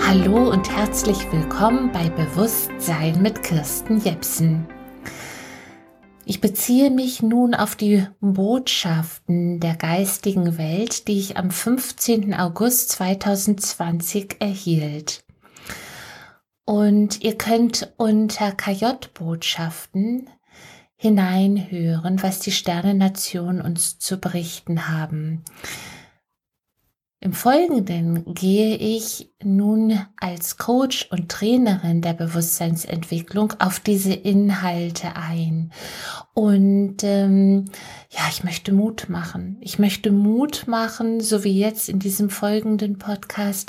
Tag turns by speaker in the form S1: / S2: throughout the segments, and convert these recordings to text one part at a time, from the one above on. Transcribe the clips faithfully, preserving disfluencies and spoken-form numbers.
S1: Hallo und herzlich willkommen bei Bewusstsein mit Kirsten Jepsen. Ich beziehe mich nun auf die Botschaften der geistigen Welt, die ich am fünfzehnten August zweitausendzwanzig erhielt. Und ihr könnt unter K J-Botschaften hineinhören, was die Sternennationen uns zu berichten haben. Im Folgenden gehe ich nun als Coach und Trainerin der Bewusstseinsentwicklung auf diese Inhalte ein. Und ähm, ja, ich möchte Mut machen. Ich möchte Mut machen, so wie jetzt in diesem folgenden Podcast,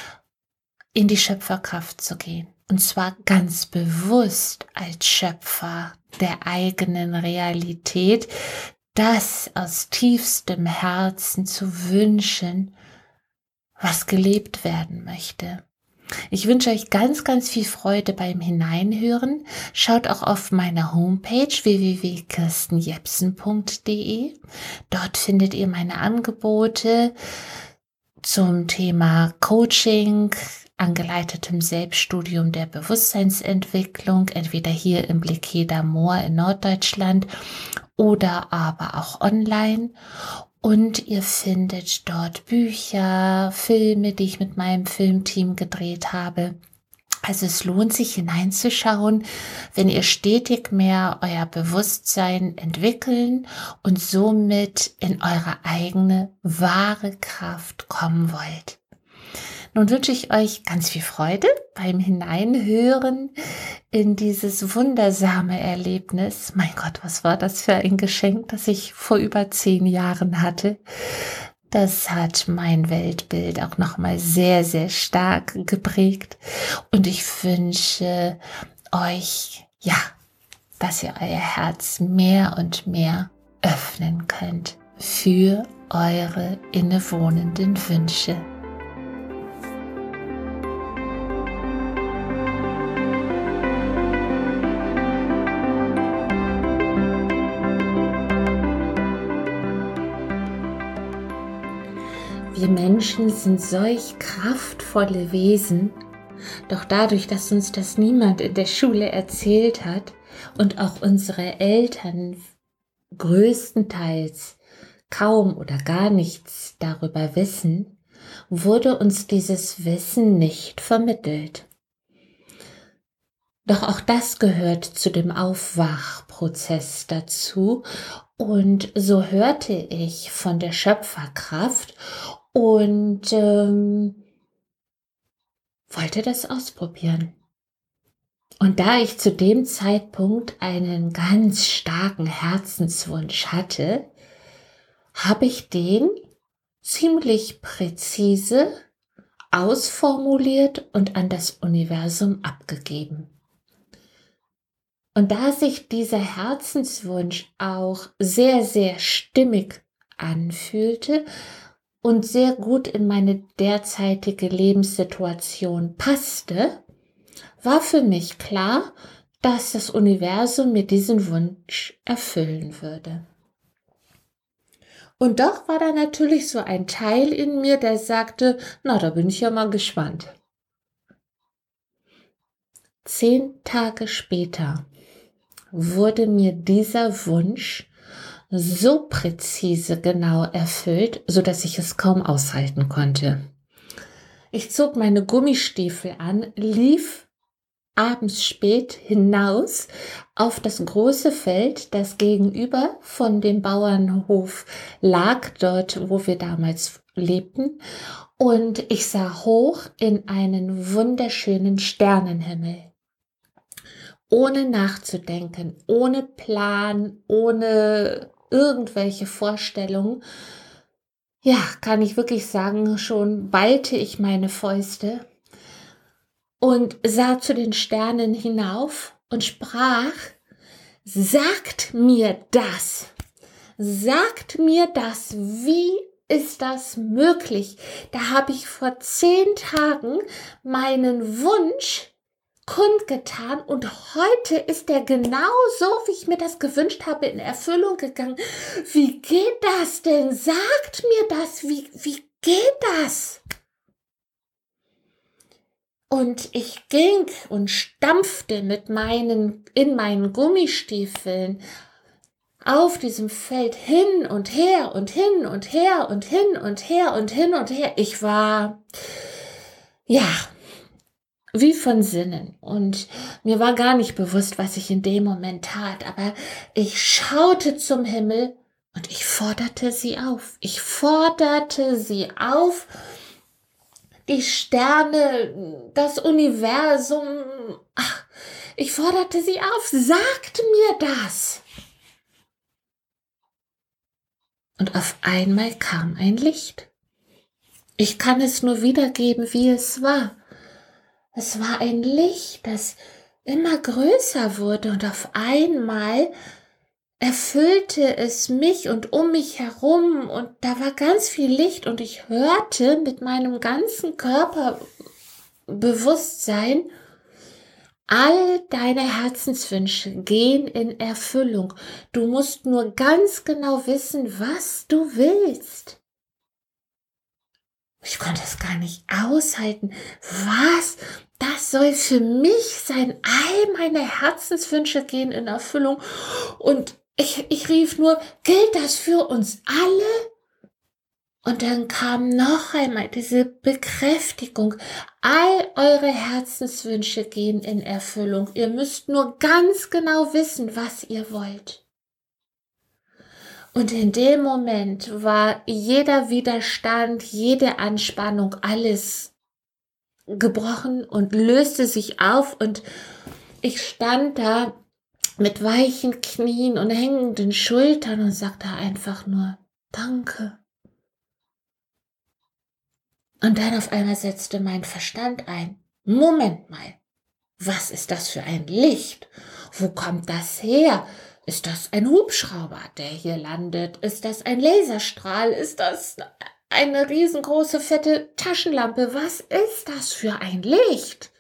S1: in die Schöpferkraft zu gehen. Und zwar ganz bewusst als Schöpfer der eigenen Realität, das aus tiefstem Herzen zu wünschen, was gelebt werden möchte. Ich wünsche euch ganz, ganz viel Freude beim Hineinhören. Schaut auch auf meiner Homepage w w w punkt kirsten jepsen punkt d e. Dort findet ihr meine Angebote zum Thema Coaching, angeleitetem Selbststudium der Bewusstseinsentwicklung, entweder hier im Blikeda Moor in Norddeutschland oder aber auch online. Und ihr findet dort Bücher, Filme, die ich mit meinem Filmteam gedreht habe. Also es lohnt sich hineinzuschauen, wenn ihr stetig mehr euer Bewusstsein entwickeln und somit in eure eigene wahre Kraft kommen wollt. Nun wünsche ich euch ganz viel Freude beim Hineinhören in dieses wundersame Erlebnis. Mein Gott, was war das für ein Geschenk, das ich vor über zehn Jahren hatte. Das hat mein Weltbild auch nochmal sehr, sehr stark geprägt. Und ich wünsche euch, ja, dass ihr euer Herz mehr und mehr öffnen könnt für eure innewohnenden Wünsche. Wir Menschen sind solch kraftvolle Wesen, doch dadurch, dass uns das niemand in der Schule erzählt hat und auch unsere Eltern größtenteils kaum oder gar nichts darüber wissen, wurde uns dieses Wissen nicht vermittelt. Doch auch das gehört zu dem Aufwachprozess dazu und so hörte ich von der Schöpferkraft und ähm, wollte das ausprobieren. Und da ich zu dem Zeitpunkt einen ganz starken Herzenswunsch hatte, habe ich den ziemlich präzise ausformuliert und an das Universum abgegeben. Und da sich dieser Herzenswunsch auch sehr, sehr stimmig anfühlte und sehr gut in meine derzeitige Lebenssituation passte, war für mich klar, dass das Universum mir diesen Wunsch erfüllen würde. Und doch war da natürlich so ein Teil in mir, der sagte, na, da bin ich ja mal gespannt. Zehn Tage später wurde mir dieser Wunsch so präzise genau erfüllt, so dass ich es kaum aushalten konnte. Ich zog meine Gummistiefel an, lief abends spät hinaus auf das große Feld, das gegenüber von dem Bauernhof lag, dort wo wir damals lebten, und ich sah hoch in einen wunderschönen Sternenhimmel. Ohne nachzudenken, ohne Plan, ohne irgendwelche Vorstellungen, ja, kann ich wirklich sagen, schon ballte ich meine Fäuste und sah zu den Sternen hinauf und sprach, sagt mir das, sagt mir das, wie ist das möglich? Da habe ich vor zehn Tagen meinen Wunsch kundgetan und heute ist er genau so, wie ich mir das gewünscht habe, in Erfüllung gegangen. Wie geht das denn? Sagt mir das, wie, wie geht das? Und ich ging und stampfte mit meinen, in meinen Gummistiefeln auf diesem Feld hin und her und hin und her und hin und her und hin und her. Ich war, ja, wie von Sinnen. Und mir war gar nicht bewusst, was ich in dem Moment tat. Aber ich schaute zum Himmel und ich forderte sie auf. Ich forderte sie auf, die Sterne, das Universum. Ach, ich forderte sie auf. Sagt mir das. Und auf einmal kam ein Licht. Ich kann es nur wiedergeben, wie es war. Es war ein Licht, das immer größer wurde und auf einmal erfüllte es mich und um mich herum und da war ganz viel Licht und ich hörte mit meinem ganzen Körperbewusstsein, all deine Herzenswünsche gehen in Erfüllung. Du musst nur ganz genau wissen, was du willst. Ich konnte es gar nicht aushalten. Was? Das soll für mich sein. All meine Herzenswünsche gehen in Erfüllung. Und ich, ich rief nur, gilt das für uns alle? Und dann kam noch einmal diese Bekräftigung. All eure Herzenswünsche gehen in Erfüllung. Ihr müsst nur ganz genau wissen, was ihr wollt. Und in dem Moment war jeder Widerstand, jede Anspannung, alles gebrochen und löste sich auf und ich stand da mit weichen Knien und hängenden Schultern und sagte einfach nur, danke. Und dann auf einmal setzte mein Verstand ein. Moment mal, was ist das für ein Licht? Wo kommt das her? Ist das ein Hubschrauber, der hier landet? Ist das ein Laserstrahl? Ist das eine riesengroße, fette Taschenlampe? Was ist das für ein Licht?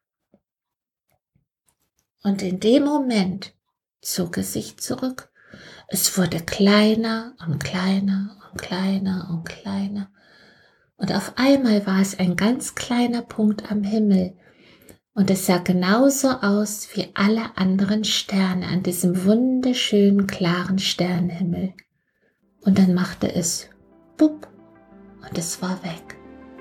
S1: Und in dem Moment zog es sich zurück. Es wurde kleiner und kleiner und kleiner und kleiner. Und auf einmal war es ein ganz kleiner Punkt am Himmel. Und es sah genauso aus wie alle anderen Sterne an diesem wunderschönen, klaren Sternenhimmel. Und dann machte es bupp und es war weg.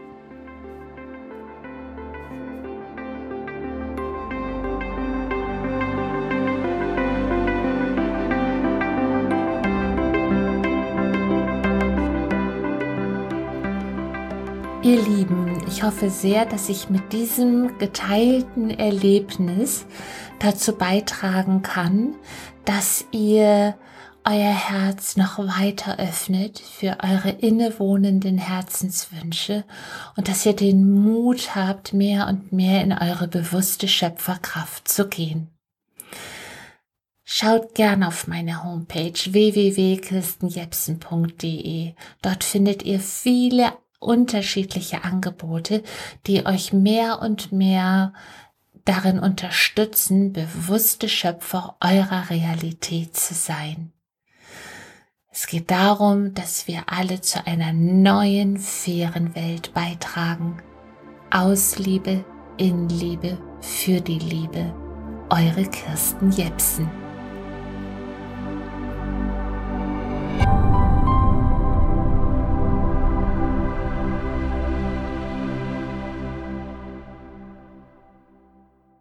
S1: Ihr Lieben, ich hoffe sehr, dass ich mit diesem geteilten Erlebnis dazu beitragen kann, dass ihr euer Herz noch weiter öffnet für eure innewohnenden Herzenswünsche und dass ihr den Mut habt, mehr und mehr in eure bewusste Schöpferkraft zu gehen. Schaut gerne auf meine Homepage w w w punkt kirsten jepsen punkt d e. Dort findet ihr viele unterschiedliche Angebote, die euch mehr und mehr darin unterstützen, bewusste Schöpfer eurer Realität zu sein. Es geht darum, dass wir alle zu einer neuen, fairen Welt beitragen. Aus Liebe, in Liebe, für die Liebe. Eure Kirsten Jepsen.